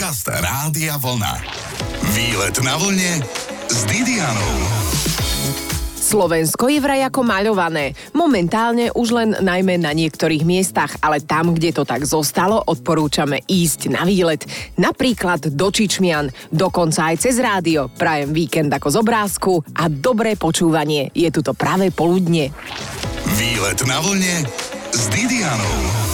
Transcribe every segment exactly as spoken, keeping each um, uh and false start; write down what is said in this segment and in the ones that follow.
Podcast Rádia Vlna. Výlet na vlne s Didianou. Slovensko je vraj ako maľované. Momentálne už len najmä na niektorých miestach, ale tam, kde to tak zostalo, odporúčame ísť na výlet. Napríklad do Čičmian, dokonca aj cez rádio. Prajem víkend ako z obrázku a dobré počúvanie. Je tu to pravé poludne. Výlet na vlne s Didianou.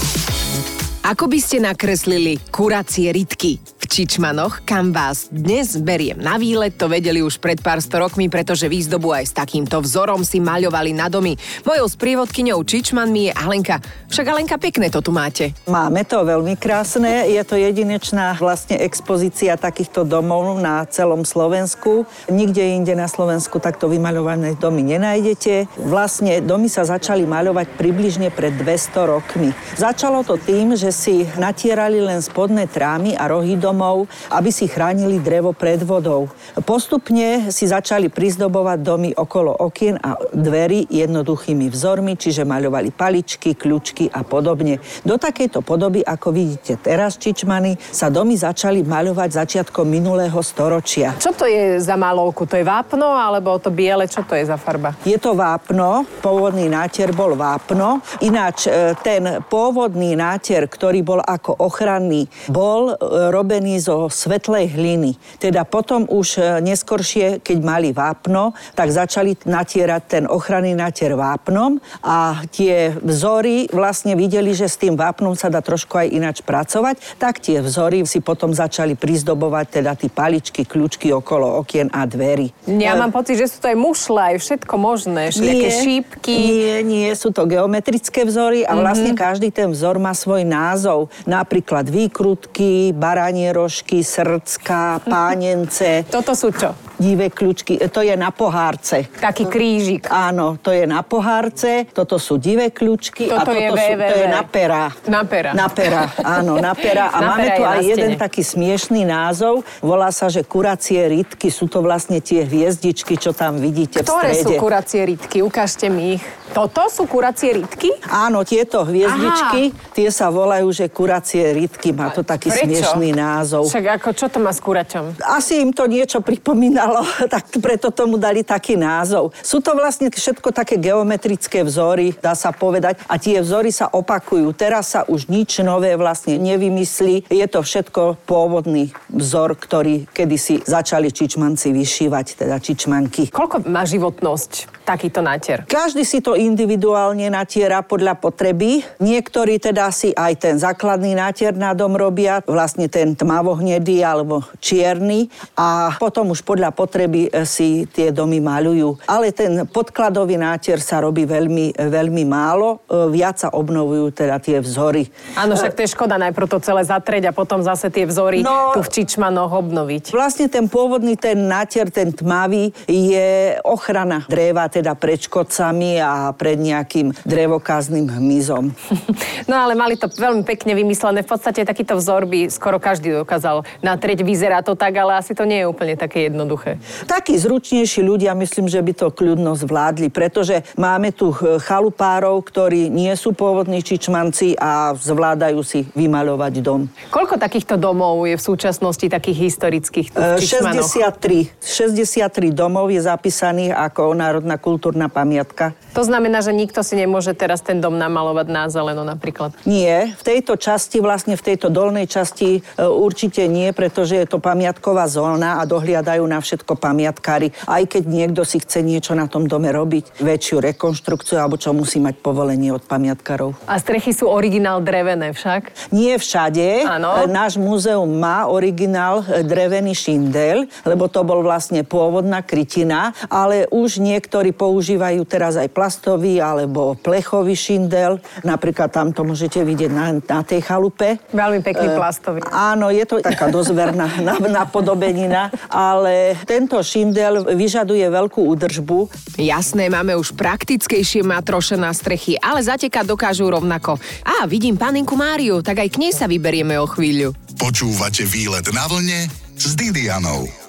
Ako by ste nakreslili kuracie rytky v Čičmanoch, kam vás dnes beriem na výlet, to vedeli už pred pár sto rokmi, pretože výzdobu aj s takýmto vzorom si maľovali na domy. Mojou sprievodkyňou Čičmanmi je Alenka. Však Alenka, pekné to tu máte. Máme to veľmi krásne, je to jedinečná vlastne expozícia takýchto domov na celom Slovensku. Nikde inde na Slovensku takto vymaľované domy nenájdete. Vlastne domy sa začali maľovať približne pred dvesto rokmi. Začalo to tým, že si natierali len spodné trámy a rohy domov, aby si chránili drevo pred vodou. Postupne si začali prizdobovať domy okolo okien a dverí jednoduchými vzormi, čiže maľovali paličky, kľúčky a podobne. Do takejto podoby, ako vidíte teraz, Čičmany, sa domy začali maľovať začiatkom minulého storočia. Čo to je za malovku? To je vápno alebo to biele? Čo to je za farba? Je to vápno, pôvodný nátier bol vápno. Ináč ten pôvodný nátier, ktorý bol ako ochranný, bol robený zo svetlej hliny. Teda potom už neskoršie, keď mali vápno, tak začali natierať ten ochranný nátier vápnom a tie vzory vlastne videli, že s tým vápnom sa dá trošku aj ináč pracovať, tak tie vzory si potom začali prizdobovať teda tí paličky, kľúčky okolo okien a dverí. Ja e... mám pocit, že sú to aj mušle, aj všetko možné, všelijaké šípky. Nie, nie, sú to geometrické vzory a vlastne mm-hmm. každý ten vzor má svoj názov. Napríklad výkrutky, baranie rožky, srdcká, pánence. Toto sú čo? Divé kľúčky, to je na pohárce. Taký krížik. Áno, to je na pohárce, toto sú divé kľúčky toto a toto je sú, to je na pera. Na pera. Na pera, áno, na pera. A na máme pera tu aj jeden stene. taký smiešný názov, volá sa, že kuracie rytky, sú to vlastne tie hviezdičky, čo tam vidíte Ktoré v strede. Ktoré sú kuracie rytky? Ukážte mi ich. Toto sú kuracie rytky? Áno, tieto hviezdičky, Aha. tie sa volajú, že kuracie rytky, má to taký Prečo? smiešný názov. Však ako, čo to má s kuraťom? Asi im to niečo pripomínalo, tak preto tomu dali taký názov. Sú to vlastne všetko také geometrické vzory, dá sa povedať, a tie vzory sa opakujú. Teraz sa už nič nové vlastne nevymyslí. Je to všetko pôvodný vzor, ktorý kedysi začali Čičmanci vyšívať, teda Čičmanky. Koľko má životnosť takýto nátier? Každý si to individuálne natiera podľa potreby. Niektorí teda si aj ten základný nátier na dom robia, vlastne ten tmavohnedý alebo čierny, a potom už podľa potreby si tie domy maľujú. Ale ten podkladový nátier sa robí veľmi, veľmi málo. Viac sa obnovujú teda tie vzory. Áno, však to je škoda najprv to celé zatrieť a potom zase tie vzory no, tu v Čičmanoch obnoviť. Vlastne ten pôvodný, ten nátier, ten tmavý, je ochrana dreva teda pred škodcami a pred nejakým drevokázným hmyzom. No ale mali to veľmi pekne vymyslené. V podstate takýto vzor by skoro každý dokázal natrieť. Vyzerá to tak, ale asi to nie je úplne také jednoduché. Takí zručnejší ľudia, myslím, že by to kľudno zvládli, pretože máme tu chalupárov, ktorí nie sú pôvodní Čičmanci a zvládajú si vymaľovať dom. Koľko takýchto domov je v súčasnosti takých historických tu v Čičmanoch? šesťdesiattri. šesťdesiattri domov je zapísaných ako národná kultúrna pamiatka. To znamená, že nikto si nemôže teraz ten dom namalovať na zeleno napríklad? Nie. V tejto časti, vlastne v tejto dolnej časti určite nie, pretože je to pamiatková zóna a dohliadajú na všetko pamiatkári. Aj keď niekto si chce niečo na tom dome robiť, väčšiu rekonštrukciu, alebo čo, musí mať povolenie od pamiatkárov. A strechy sú originál drevené však? Nie všade. Áno. Náš múzeum má originál drevený šindel, lebo to bol vlastne pôvodná krytina, ale už niektorí používajú teraz aj plastový alebo plechový šindel. Napríklad tam to môžete vidieť na, na tej chalupe. Veľmi pekný e, plastový. Áno, je to taká dozverná napodobenina, ale tento šindel vyžaduje veľkú údržbu. Jasné, máme už praktickejšie matroše na strechy, ale zatekať dokážu rovnako. Á, vidím panenku Máriu, tak aj k nej sa vyberieme o chvíľu. Počúvate Výlet na vlne s Didianou.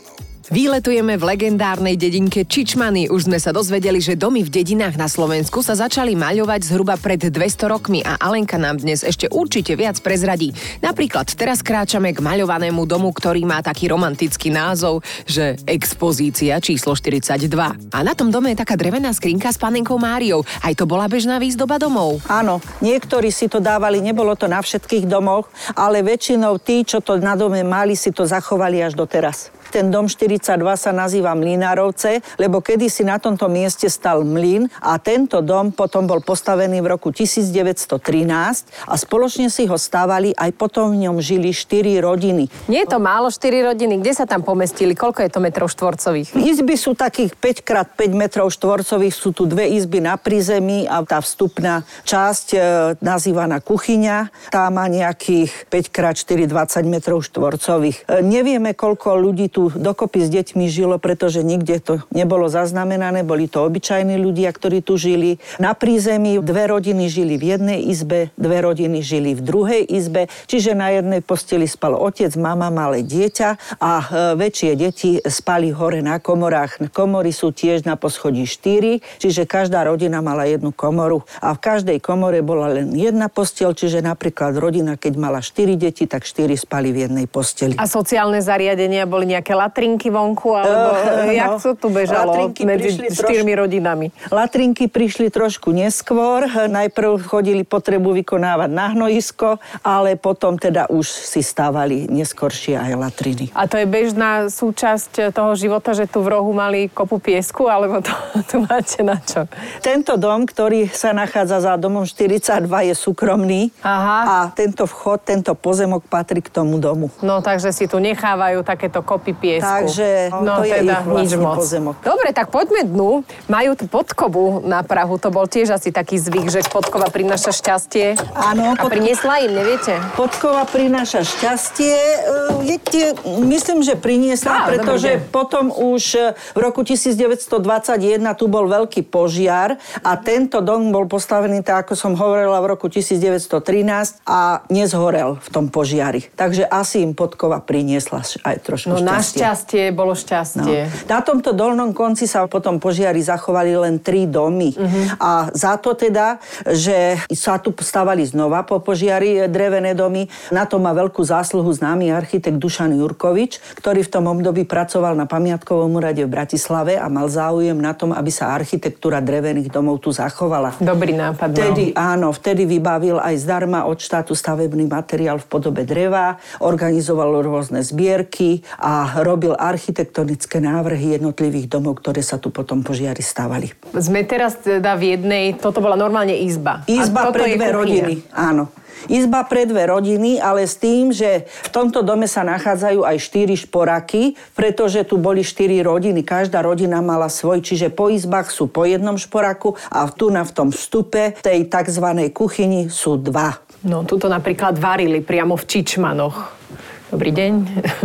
Výletujeme v legendárnej dedinke Čičmany. Už sme sa dozvedeli, že domy v dedinách na Slovensku sa začali maľovať zhruba pred dvesto rokmi a Alenka nám dnes ešte určite viac prezradí. Napríklad teraz kráčame k maľovanému domu, ktorý má taký romantický názov, že Expozícia číslo štyridsaťdva. A na tom dome je taká drevená skrinka s Panenkou Máriou. Aj to bola bežná výzdoba domov. Áno, niektorí si to dávali, nebolo to na všetkých domoch, ale väčšinou tí, čo to na dome mali, si to zachovali až doteraz. Ten dom štyridsaťdva sa nazýva Mlynárovce, lebo kedysi na tomto mieste stal mlyn a tento dom potom bol postavený v roku devätnásťstotrinásť a spoločne si ho stávali, aj potom v ňom žili štyri rodiny. Nie je to málo, štyri rodiny. Kde sa tam pomestili? Koľko je to metrov štvorcových? Izby sú takých päť krát päť metrov štvorcových, sú tu dve izby na prízemí a tá vstupná časť e, nazývaná kuchyňa, tá má nejakých päť krát štyri, dvadsať metrov štvorcových. E, nevieme, koľko ľudí tu dokopy s deťmi žilo, pretože nikde to nebolo zaznamenané, boli to obyčajní ľudia, ktorí tu žili. Na prízemí dve rodiny žili v jednej izbe, dve rodiny žili v druhej izbe, čiže na jednej posteli spal otec, mama, malé dieťa a e, väčšie deti spali hore na komorách. Komory sú tiež na poschodí štyri, čiže každá rodina mala jednu komoru a v každej komore bola len jedna posteľ, čiže napríklad rodina, keď mala štyri deti, tak štyri spali v jednej posteli. A sociálne zariadenia boli nejaké latrinky vonku, alebo uh, jak no, to tu bežalo medzi štyrmi troš... rodinami? Latrinky prišli trošku neskôr. Najprv chodili potrebu vykonávať na hnojisko, ale potom teda už si stávali neskoršie aj latriny. A to je bežná súčasť toho života, že tu v rohu mali kopu piesku, alebo to tu máte na čo? Tento dom, ktorý sa nachádza za domom štyridsaťdva, je súkromný. Aha. A tento vchod, tento pozemok patrí k tomu domu. No, takže si tu nechávajú takéto kopy piesku. Takže no, to je teda, ich vlastný moc. pozemok. Dobre, tak poďme dnu. Majú tu podkovu na prahu. To bol tiež asi taký zvyk, že podkova prináša šťastie. Áno. A pod... priniesla im, neviete? Podkova prináša šťastie. Viete, myslím, že priniesla, Á, pretože dobrý. Potom už v roku devätnásťstodvadsaťjeden tu bol veľký požiar a tento dom bol postavený, tak ako som hovorila, v roku devätnásťstotrinásť a nezhorel v tom požiari. Takže asi im podkova priniesla aj trošku no, šťastie. Na šťastie bolo šťastie. No. Na tomto dolnom konci sa potom požiari zachovali len tri domy. Uh-huh. A za to teda, že sa tu stavali znova po požiari drevené domy, na to má veľkú zásluhu známy architekt Dušan Jurkovič, ktorý v tom období pracoval na pamiatkovom úrade v Bratislave a mal záujem na tom, aby sa architektúra drevených domov tu zachovala. Dobrý nápad. Vtedy, no. áno, vtedy vybavil aj zdarma od štátu stavebný materiál v podobe dreva, organizoval rôzne zbierky a robil architektonické návrhy jednotlivých domov, ktoré sa tu potom požiari stavali. Sme teraz teda v jednej, toto bola normálne izba. Izba pre dve rodiny, áno. Izba pre dve rodiny, ale s tým, že v tomto dome sa nachádzajú aj štyri šporaky, pretože tu boli štyri rodiny. Každá rodina mala svoj, čiže po izbách sú po jednom šporaku a tu na v tom vstupe tej takzvanej kuchyni sú dva. No, tuto napríklad varili priamo v Čičmanoch. Dobrý deň.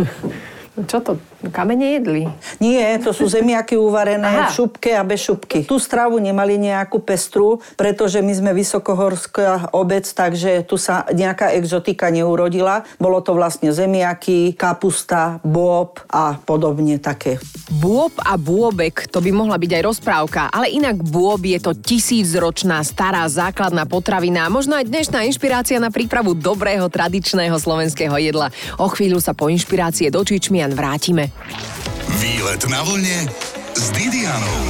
Čo to? Kamene jedli? Nie, to sú zemiaky uvarené Aha. v šupke a bez šupky. Tú stravu nemali nejakú pestru, pretože my sme vysokohorská obec, takže tu sa nejaká exotika neurodila. Bolo to vlastne zemiaky, kapusta, bôb a podobne také. Bôb a bôbek, to by mohla byť aj rozprávka, ale inak bôb je to tisícročná stará základná potravina a možno aj dnešná inšpirácia na prípravu dobrého tradičného slovenského jedla. O chvíľu sa po inšpirácie do Čičmian vrátime. Výlet na vlne s Didianou.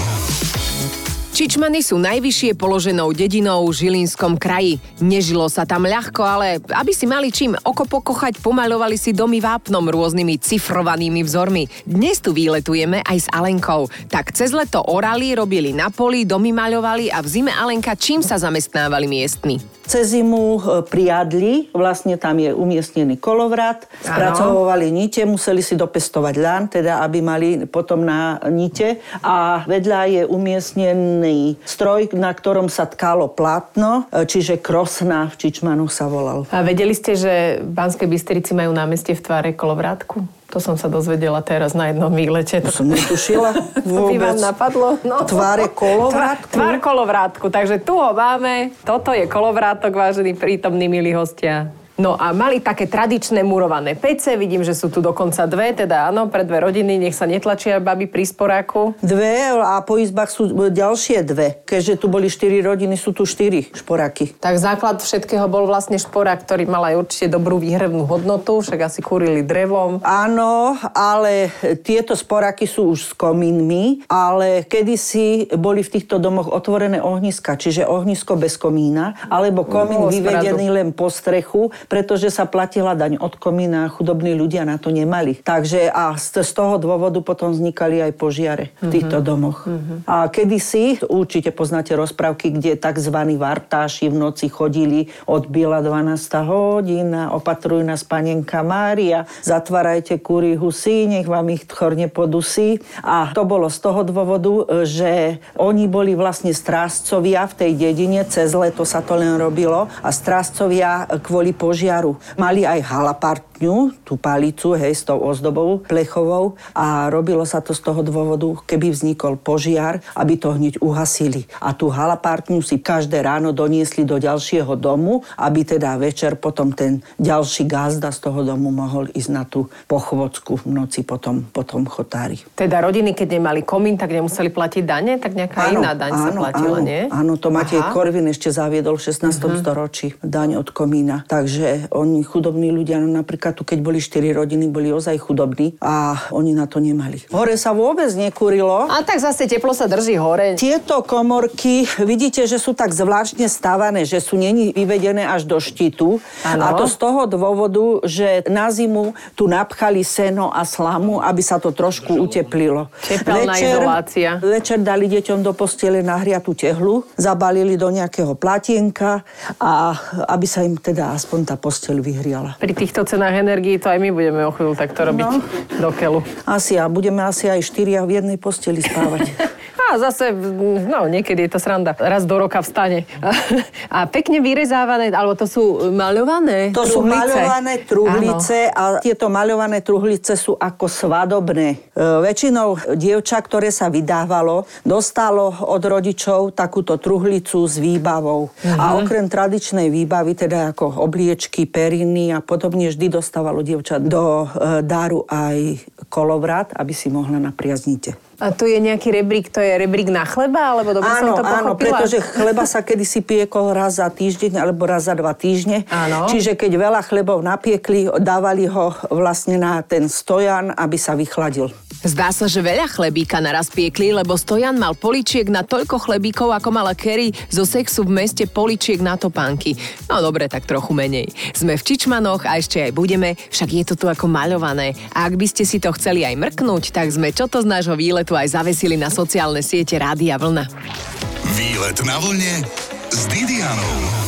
Čičmany sú najvyššie položenou dedinou v Žilinskom kraji. Nežilo sa tam ľahko, ale aby si mali čím oko pokochať, pomaľovali si domy vápnom rôznymi cifrovanými vzormi. Dnes tu výletujeme aj s Alenkou. Tak cez leto orali, robili na poli, domy maľovali a v zime, Alenka, čím sa zamestnávali miestni? Cez zimu priadli, vlastne tam je umiestnený kolovrat, spracovovali nite, museli si dopestovať ľan, teda aby mali potom na nite a vedľa je umiestnený stroj, na ktorom sa tkalo plátno, čiže krosna v Čičmanoch sa volal. A vedeli ste, že v Banskej Bystrici majú námestie v tvare kolovrátku? To som sa dozvedela teraz na jednom výlete. To som netušila vôbec. To by vám napadlo? No. Tváre kolovrátku? Tvár kolovrátku, takže tu ho máme. Toto je kolovrátok, vážení prítomní milí hostia. No a mali také tradičné murované pece, vidím, že sú tu dokonca dve, teda áno, pre dve rodiny, nech sa netlačia baby pri sporáku. Dve a po izbách sú ďalšie dve. Keďže tu boli štyri rodiny, sú tu štyri šporáky. Tak základ všetkého bol vlastne šporák, ktorý mal aj určite dobrú výhrevnú hodnotu, však asi kúrili drevom. Áno, ale tieto sporáky sú už s komínmi, ale kedysi boli v týchto domoch otvorené ohniska, čiže ohnisko bez komína, alebo komín vyvedený len po strechu, pretože sa platila daň od komína a chudobní ľudia na to nemali. Takže a z, z toho dôvodu potom vznikali aj požiare v týchto mm-hmm. domoch. Mm-hmm. A kedysi, určite poznáte rozprávky, kde tzv. Vartáši v noci chodili, odbila dvanásta hodina, opatruj nás panenka Mária, zatvárajte kúry husy, nech vám ich chor nepodusí. A to bolo z toho dôvodu, že oni boli vlastne strážcovia v tej dedine, cez leto sa to len robilo a strážcovia kvôli požiaru. Mali aj halapartňu, tú palicu, hej, s tou ozdobou plechovou a robilo sa to z toho dôvodu, keby vznikol požiar, aby to hneď uhasili. A tú halapartňu si každé ráno doniesli do ďalšieho domu, aby teda večer potom ten ďalší gazda z toho domu mohol ísť na tú pochôdzku v noci potom, potom chotári. Teda rodiny, keď nemali komín, tak nemuseli platiť dane? Tak nejaká áno, iná daň áno, sa platila, áno, nie? Áno, to Matej Korvin ešte zaviedol v šestnástom Uh-huh. storočí daň od komína. Takže oni chudobní ľudia, no napríklad tu, keď boli štyri rodiny, boli ozaj chudobní a oni na to nemali. Hore sa vôbec nekúrilo. A tak zase teplo sa drží hore. Tieto komorky, vidíte, že sú tak zvláštne stavané, že sú neni vyvedené až do štítu. Ano. A to z toho dôvodu, že na zimu tu napchali seno a slamu, aby sa to trošku uteplilo. Tepelná izolácia. Večer dali deťom do postele nahriatú tehlu, zabalili do nejakého platienka a aby sa im teda aspoň tá posteľ vyhriala. Pri týchto cenách energií to aj my budeme o chvíľu takto robiť no. do keľu. Asi a budeme asi aj štyria v jednej posteli spávať. A zase, no niekedy je to sranda. Raz do roka vstane. A pekne vyrezávané, alebo to sú maľované To truhlice. sú maľované truhlice a tieto maľované truhlice sú ako svadobné. E, väčšinou dievča, ktoré sa vydávalo, dostalo od rodičov takúto truhlicu s výbavou. Uh-huh. A okrem tradičnej výbavy, teda ako obliečky, periny a podobne, vždy dostávalo dievča do e, dáru aj kolovrat, aby si mohla na priaznite. A tu je nejaký rebrík, to je rebrík na chleba? Alebo dobre áno, som to pochopila? Áno, pretože chleba sa kedysi piekol raz za týždeň alebo raz za dva týždne. Áno. Čiže keď veľa chlebov napiekli, dávali ho vlastne na ten stojan, aby sa vychladil. Zdá sa, že veľa chlebíka naraz piekli, lebo stojan mal poličiek na toľko chlebíkov, ako mala Kerry zo sexu v meste poličiek na topánky. No dobre, tak trochu menej. Sme v Čičmanoch a ešte aj budeme, však je to tu ako maľované. A ak by ste si to chceli aj mrknúť, tak sme čo to z nášho výletu aj zavesili na sociálne siete Rádia Vlna. Výlet na vlne s Didianou.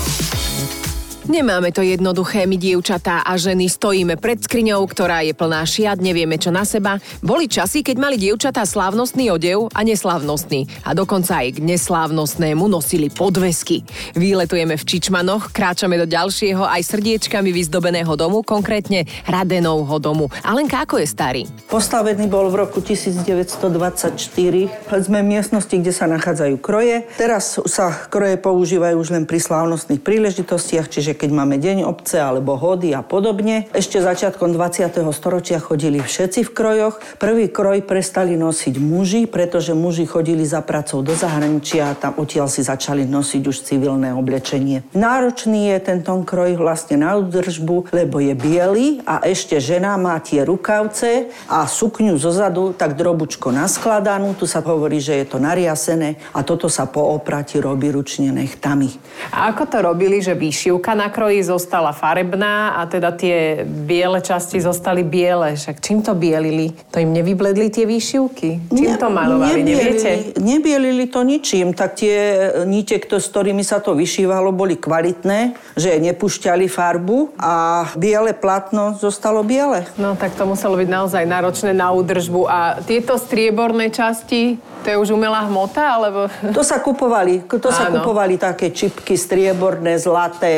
Nemáme to jednoduché, my dievčatá a ženy stojíme pred skriňou, ktorá je plná šiat, nevieme čo na seba. Boli časy, keď mali dievčatá slávnostný odev a neslávnostný. A dokonca aj k neslávnostnému nosili podvesky. Výletujeme v Čičmanoch, kráčame do ďalšieho aj srdiečkami vyzdobeného domu, konkrétne Hradenovho domu. Alenka, ako je starý? Postavený bol v roku devätnásťstodvadsaťštyri. Sme v miestnosti, kde sa nachádzajú kroje. Teraz sa kroje používajú už len pri slávnostných príležitostiach, čiže keď máme deň obce alebo hody a podobne. Ešte začiatkom dvadsiateho storočia chodili všetci v krojoch. Prvý kroj prestali nosiť muži, pretože muži chodili za pracou do zahraničia a tam odtiaľ si začali nosiť už civilné oblečenie. Náročný je tento kroj vlastne na údržbu, lebo je biely a ešte žena má tie rukavce a sukňu zozadu tak drobučko naskladanú. Tu sa hovorí, že je to nariasené a toto sa po oprati robí ručne nechtami. A ako to robili, že výšivka na kroji zostala farebná a teda tie biele časti zostali biele. Však čím to bielili? To im nevybledli tie výšivky? Čím to malovali, neviete? Nebielili to ničím. Tak tie nite, s ktorými sa to vyšívalo, boli kvalitné, že nepúšťali farbu a biele plátno zostalo biele. No tak to muselo byť naozaj náročné na údržbu. A tieto strieborné časti, to je už umelá hmota, alebo... To sa kupovali, to sa kupovali také čipky strieborné, zlaté.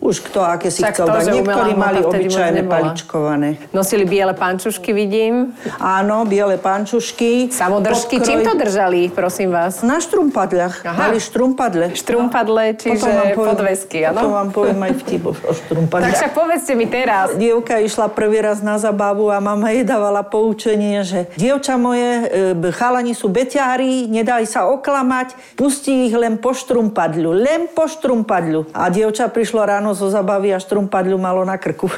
Už kto, aké si Však chcel to, dať. že Niektorí umelá mali hmota vtedy moc obyčajné nebola. paličkované. Nosili biele pančušky, vidím. Áno, biele pančušky. Samodržky. podkroj- Čím to držali, prosím vás? Na štrumpadľach. Aha. Mali štrumpadle. Štrumpadle, čiže podvesky, áno? Potom vám poviem aj vtip o Tak štrumpadľach. však povedzte mi teraz. Dievka išla prvý raz na zabavu a mama jej dávala poučenie, že dievča moje, e, chalani sú beťári, nedaj sa oklamať, pustí ich len po štrumpadľu, len po štrumpadľu. A dievča prišlo ráno zo zabavy a štrumpadľu malo na krku.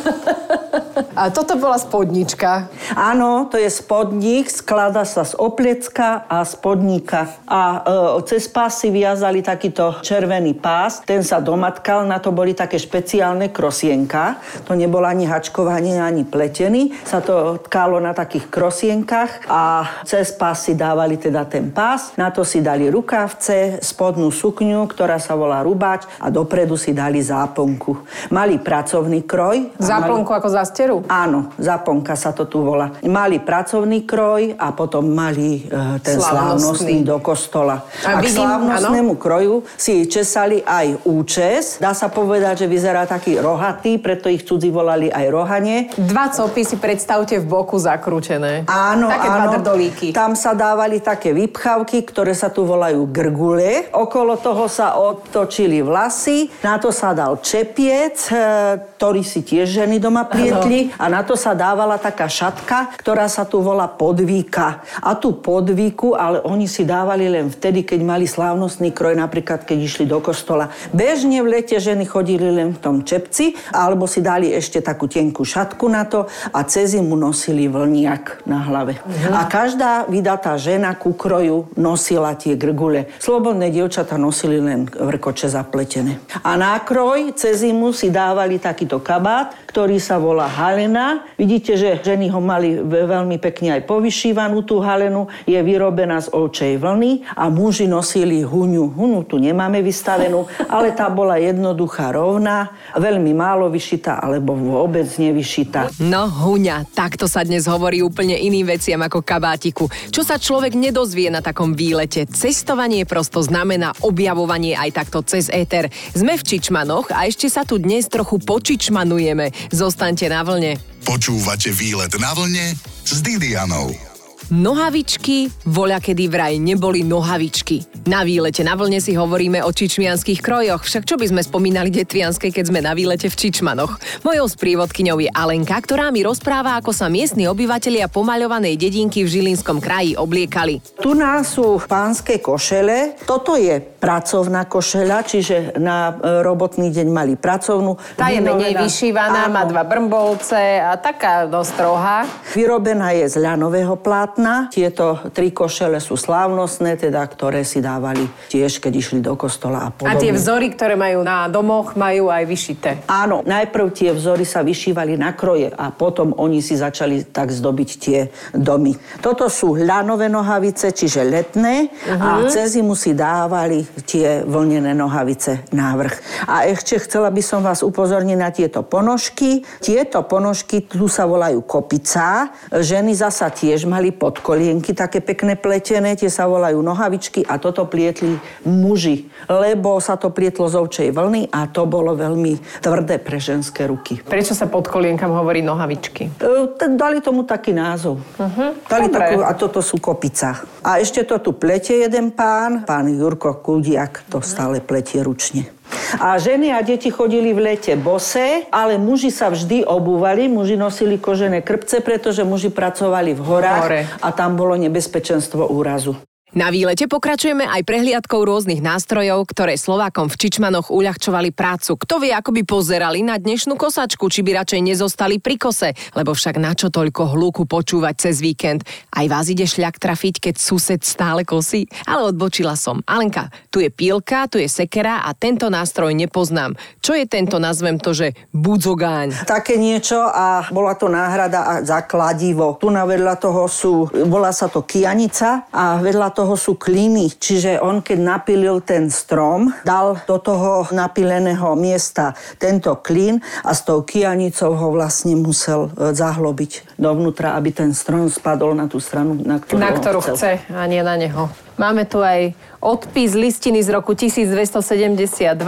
A toto bola spodnička. Áno, to je spodník, skladá sa z opliecka a spodníka. A e, cez pás si viazali takýto červený pás, ten sa domatkal, na to boli také špeciálne krosienka. To nebolo ani hačkovanie, ani pletený. Sa to tkalo na takých krosienkach a cez pás si dávali teda ten pás. Na to si dali rukávce, spodnú sukňu, ktorá sa volá rubáč a dopredu si dali záponku. Mali pracovný kroj. Záplnku mali... ako zásteru? Áno, záponka sa to tu volá. Mali pracovný kroj a potom mali e, ten slávnostný do kostola. A, a k vidím, slávnostnému kroju si česali aj účes. Dá sa povedať, že vyzerá taký rohatý, preto ich cudzi volali aj rohanie. Dva copy si predstavte v boku zakrúčené. Áno, Také áno. dva drdolíky. Tam sa dávali také vypchavky, ktoré sa tu volajú grgule. Okolo toho sa otočili vlasy. Na to sa dal čepiec, e, ktorý si tiež ženy doma plietli. A na to sa dávala taká šatka, ktorá sa tu volá podvíka. A tú podvíku, ale oni si dávali len vtedy, keď mali slávnostný kroj, napríklad keď išli do kostola. Bežne v lete ženy chodili len v tom čepci, alebo si dali ešte takú tenkú šatku na to a cez zimu nosili vlniak na hlave. Uh-huh. A každá vydatá žena ku kroju nosila tie grgule. Slobodné dievčatá nosili len vrkoče zapletené. A na kroj cez zimu si dávali takýto kabát, ktorý sa volá halena. Vidíte, že ženy ho mali veľmi pekne aj povyšívanú, tú halenu. Je vyrobená z ovčej vlny a muži nosili huňu. Huňu tu nemáme vystavenú, ale tá bola jednoduchá, rovná, veľmi málo vyšitá, alebo vôbec nevyšitá. No, huňa, takto sa dnes hovorí úplne iným veciam ako kabátiku. Čo sa človek nedozvie na takom výlete? Cestovanie prosto znamená objavovanie aj takto cez éter. Sme v Čičmanoch a ešte sa tu dnes trochu počičmanujeme. Zostaňte na vlne. Počúvate Výlet na vlne s Didianou. Nohavičky, voľakedy vraj neboli nohavičky. Na výlete na vlne si hovoríme o čičmianskych krojoch, však čo by sme spomínali detvianskej, keď sme na výlete v Čičmanoch. Mojou sprievodkyňou je Alenka, ktorá mi rozpráva, ako sa miestni obyvatelia pomaľovanej dedinky v Žilinskom kraji obliekali. Tu nás sú pánske košele. Toto je pracovná košeľa, čiže na robotný deň mali pracovnú. Tá je menej vyšívaná, má dva brmbolce a taká dosť strohá. Vyrobená je z ľanového plátna. Tieto tri košele sú slávnostné, teda, ktoré si dávali tiež, keď išli do kostola a podobne. A tie vzory, ktoré majú na domoch, majú aj vyšité. Áno, najprv tie vzory sa vyšívali na kroje a potom oni si začali tak zdobiť tie domy. Toto sú ľanové nohavice, čiže letné, uh-huh. a cez zimu si dávali tie vlnené nohavice návrh. A ešte chcela by som vás upozorniť na tieto ponožky. Tieto ponožky tu sa volajú kopica. Ženy zasa tiež mali podkolienky také pekné pletené, tie sa volajú nohavičky a toto plietli muži, lebo sa to plietlo z ovčej vlny a to bolo veľmi tvrdé pre ženské ruky. Prečo sa pod kolienkam hovorí nohavičky? E, dali tomu taký názov. Uh-huh. Dali takú, a toto sú kopica. A ešte to tu pletie jeden pán, pán Jurko Kudiak, to stále pletie ručne. A ženy a deti chodili v lete bosé, ale muži sa vždy obúvali, muži nosili kožené krpce, pretože muži pracovali v horách Hore. A tam bolo nebezpečenstvo úrazu. Na výlete pokračujeme aj prehliadkou rôznych nástrojov, ktoré Slovákom v Čičmanoch uľahčovali prácu. Kto vie, ako by pozerali na dnešnú kosačku, či by radšej nezostali pri kose, lebo však na čo toľko hluku počúvať cez víkend. Aj vás ide šľak trafiť, keď sused stále kosí? Ale odbočila som. Alenka, tu je pílka, tu je sekera a tento nástroj nepoznám. Čo je tento, nazvem to, že budzogáň? Také niečo a bola to náhrada za kladivo. Tu na vedľa toho sú, volá sa to kianica a vedľa toho toho sú klíny, čiže on keď napilil ten strom, dal do toho napileného miesta tento klín a s tou kianicou ho vlastne musel zahlobiť dovnútra, aby ten strom spadol na tú stranu, na ktorú, na ktorú chce a nie na neho. Máme tu aj odpis listiny z roku tisícdvestosedemdesiatdva.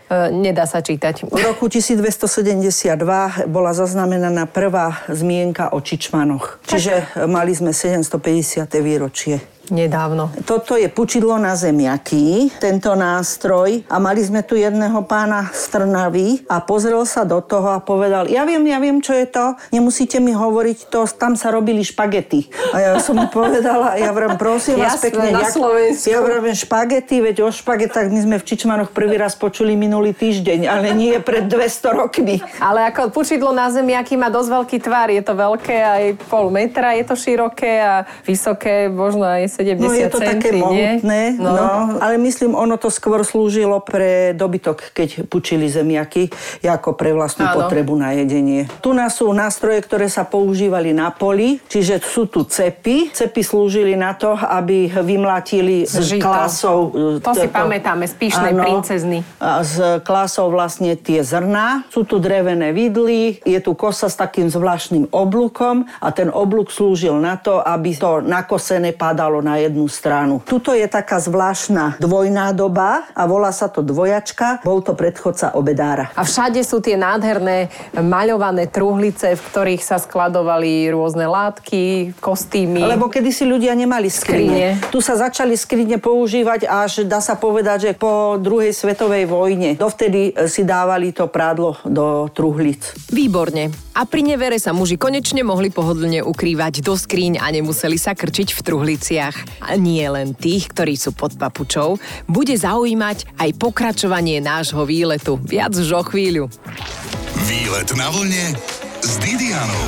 e, nedá sa čítať. V roku tisícdvestosedemdesiatdva bola zaznamenaná prvá zmienka o čičmanoch. Čiže mali sme sedemstopäťdesiate výročie. Nedávno. Toto je pučidlo na zemiaky, tento nástroj. A mali sme tu jedného pána z Trnavy a pozrel sa do toho a povedal, ja viem, ja viem, čo je to, nemusíte mi hovoriť to, tam sa robili špagety. A ja som mu povedala, ja vrám, prosím vás pekne, na jak, Slovensku. ja vrám, špagety, veď o špagetách my sme v Čičmanoch prvý raz počuli minulý týždeň, ale nie pred dvesto rokmi. Ale ako pučidlo na zemiaky má dosť veľký tvar, je to veľké aj pol metra, je to široké a vysoké, možno aj sedemdesiat No je to centí, také mohutné, no. no, ale myslím, ono to skôr slúžilo pre dobytok, keď pučili zemiaky, ako pre vlastnú Áno. potrebu na jedenie. Tu nás sú nástroje, ktoré sa používali na poli, čiže sú tu cepy. Cepy slúžili na to, aby vymlátili z Žito. klásov. To si pamätáme, z Pyšnej princezny. A z klásov vlastne tie zrná. Sú tu drevené vidly, je tu kosa s takým zvláštnym oblúkom a ten oblúk slúžil na to, aby to nakosené padalo na jednu stranu. Tuto je taká zvláštna dvojnádoba a volá sa to dvojačka. Bol to predchodca obedára. A všade sú tie nádherné maľované truhlice, v ktorých sa skladovali rôzne látky, kostýmy. Lebo kedysi ľudia nemali skrine. skrine. Tu sa začali skrine používať až, dá sa povedať, že po druhej svetovej vojne. Dovtedy si dávali to prádlo do truhlic. Výborne. A pri nevere sa muži konečne mohli pohodlne ukrývať do skríň a nemuseli sa krčiť v truhliciach. A nie len tých, ktorí sú pod papučou, bude zaujímať aj pokračovanie nášho výletu. Viac už o chvíľu. Výlet na vlne s Didianou.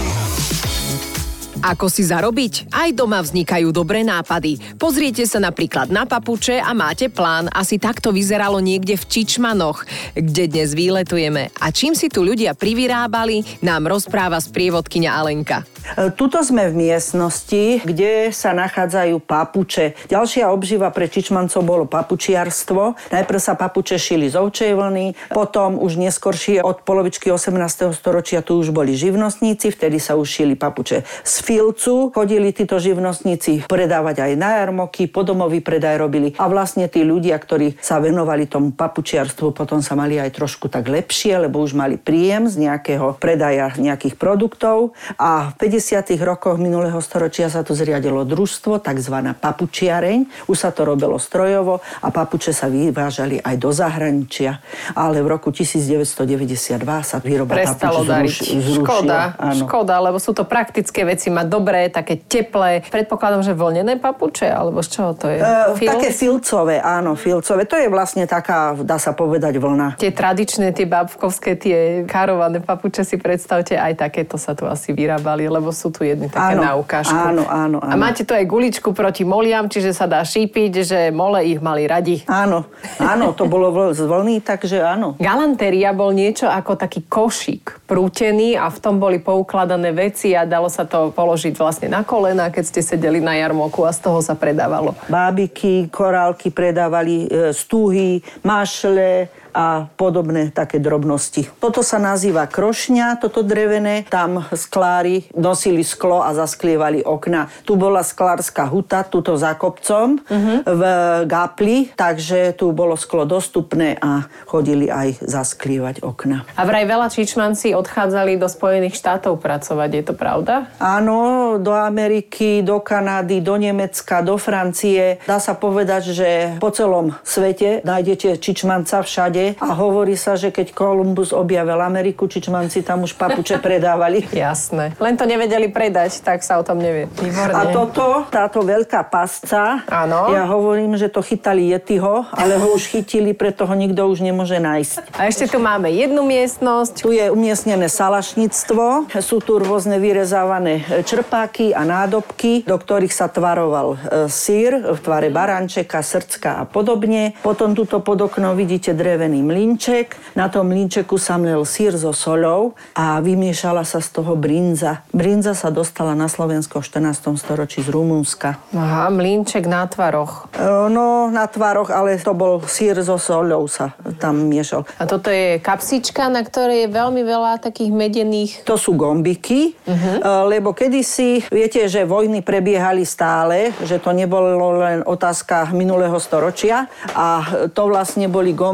Ako si zarobiť? Aj doma vznikajú dobré nápady. Pozriete sa napríklad na papuče a máte plán. Asi takto vyzeralo niekde v Čičmanoch, kde dnes výletujeme. A čím si tu ľudia privyrábali, nám rozpráva sprievodkyňa Alenka. Tuto sme v miestnosti, kde sa nachádzajú papuče. Ďalšia obživa pre Čičmancov bolo papučiarstvo. Najprv sa papuče šili z ovčej vlny, potom už neskoršie od polovičky osemnásteho storočia tu už boli živnostníci, vtedy sa už šili papuče z filcu. Chodili títo živnostníci predávať aj na jarmoky, podomový predaj robili. A vlastne tí ľudia, ktorí sa venovali tomu papučiarstvu, potom sa mali aj trošku tak lepšie, lebo už mali príjem z nejakého predaja nejakých produktov. A v päťdesiatych rokoch minulého storočia sa tu zriadilo družstvo, takzvaná papučiareň. Už sa to robilo strojovo a papuče sa vyvážali aj do zahraničia. Ale v roku devätnásťstodeväťdesiatdva sa výroba prestalo papuč dariť. zrušila. Škoda, Áno. škoda, lebo sú to praktické veci, má dobré, také teplé. Predpokladám, že vlnené papuče, alebo z čoho to je? E, Filc? také filcové, áno, filcové. To je vlastne taká, dá sa povedať, vlna. Tie tradičné, tie babkovské, tie karované papuče si predstavte, aj takéto sa tu asi vyrábali, lebo sú tu jedny také Áno, na ukážku. áno, áno, áno. A máte tu aj guličku proti moliam, čiže sa dá šípiť, že mole ich mali radi. Áno, áno, to bolo vl- z vlny, takže áno. Galantéria bol niečo ako taký košík prútený a v tom boli poukladané veci a dalo sa to položiť vlastne na kolena, keď ste sedeli na jarmoku a z toho sa predávalo. Bábiky, korálky predávali, e, stúhy, mašle a podobné také drobnosti. Toto sa nazýva krošňa, toto drevené. Tam sklári nosili sklo a zasklievali okna. Tu bola sklárska huta, tuto za kopcom uh-huh. v Gápli, takže tu bolo sklo dostupné a chodili aj zasklievať okna. A vraj veľa Čičmanci odchádzali do Spojených štátov pracovať, je to pravda? Áno, do Ameriky, do Kanady, do Nemecka, do Francie. Dá sa povedať, že po celom svete nájdete Čičmanca všade a hovorí sa, že keď Kolumbus objavil Ameriku, Čičmanci tam už papuče predávali. Jasné. Len to nevedeli predať, tak sa o tom nevie. Výborne. A toto, táto veľká pasca, Áno. ja hovorím, že to chytali Yetiho, ale ho už chytili, preto ho nikto už nemôže nájsť. A ešte tu máme jednu miestnosť. Tu je umiestnené salašníctvo, sú tu rôzne vyrezávané črpáky a nádobky, do ktorých sa tvaroval syr v tvare barančeka, srdcka a podobne. Potom tuto pod oknom vidíte drevený mlynček. Na tom mlynčeku sa mlel syr so soľou a vymiešala sa z toho brinza. Brinza sa dostala na Slovensko v štrnástom storočí z Rumunska. Aha, mlynček na tvaroch. No, na tvároch, ale to bol syr so soľou sa tam miešal. A toto je kapsička, na ktorej je veľmi veľa takých medených. To sú gombiky, uh-huh. lebo kedysi, viete, že vojny prebiehali stále, že to nebolo len otázka minulého storočia a to vlastne boli gombiky,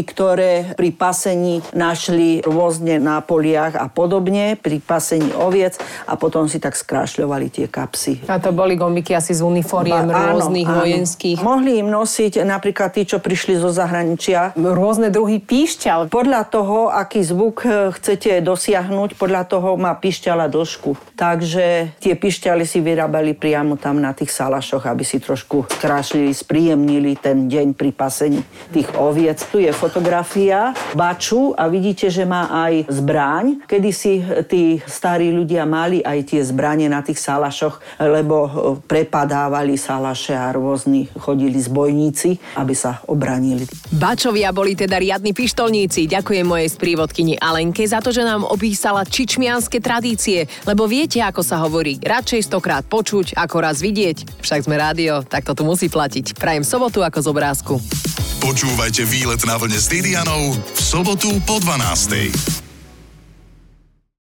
ktoré pri pasení našli rôzne na poliach a podobne, pri pasení oviec a potom si tak skrášľovali tie kapsy. A to boli gomiky asi z uniforiem Ba, rôznych áno, áno. vojenských. Mohli im nosiť napríklad tí, čo prišli zo zahraničia. Rôzne druhy píšťal. Podľa toho, aký zvuk chcete dosiahnuť, podľa toho má píšťala dĺžku. Takže tie píšťaly si vyrábali priamo tam na tých salašoch, aby si trošku skrášlili, spríjemnili ten deň pri pasení tých oviec. Tu je fotografia baču a vidíte, že má aj zbraň. Kedysi tí starí ľudia mali aj tie zbranie na tých salašoch, lebo prepadávali salaše a rôzni chodili zbojníci, aby sa obranili. Bačovia boli teda riadni pištolníci. Ďakujem mojej sprievodkyni Alenke za to, že nám opísala čičmianske tradície, lebo viete, ako sa hovorí, radšej stokrát počuť, ako raz vidieť. Však sme rádio, tak to tu musí platiť. Prajem sobotu ako z obrázku. Počúvajte Výlet na vlne s Didianou v sobotu po dvanástej.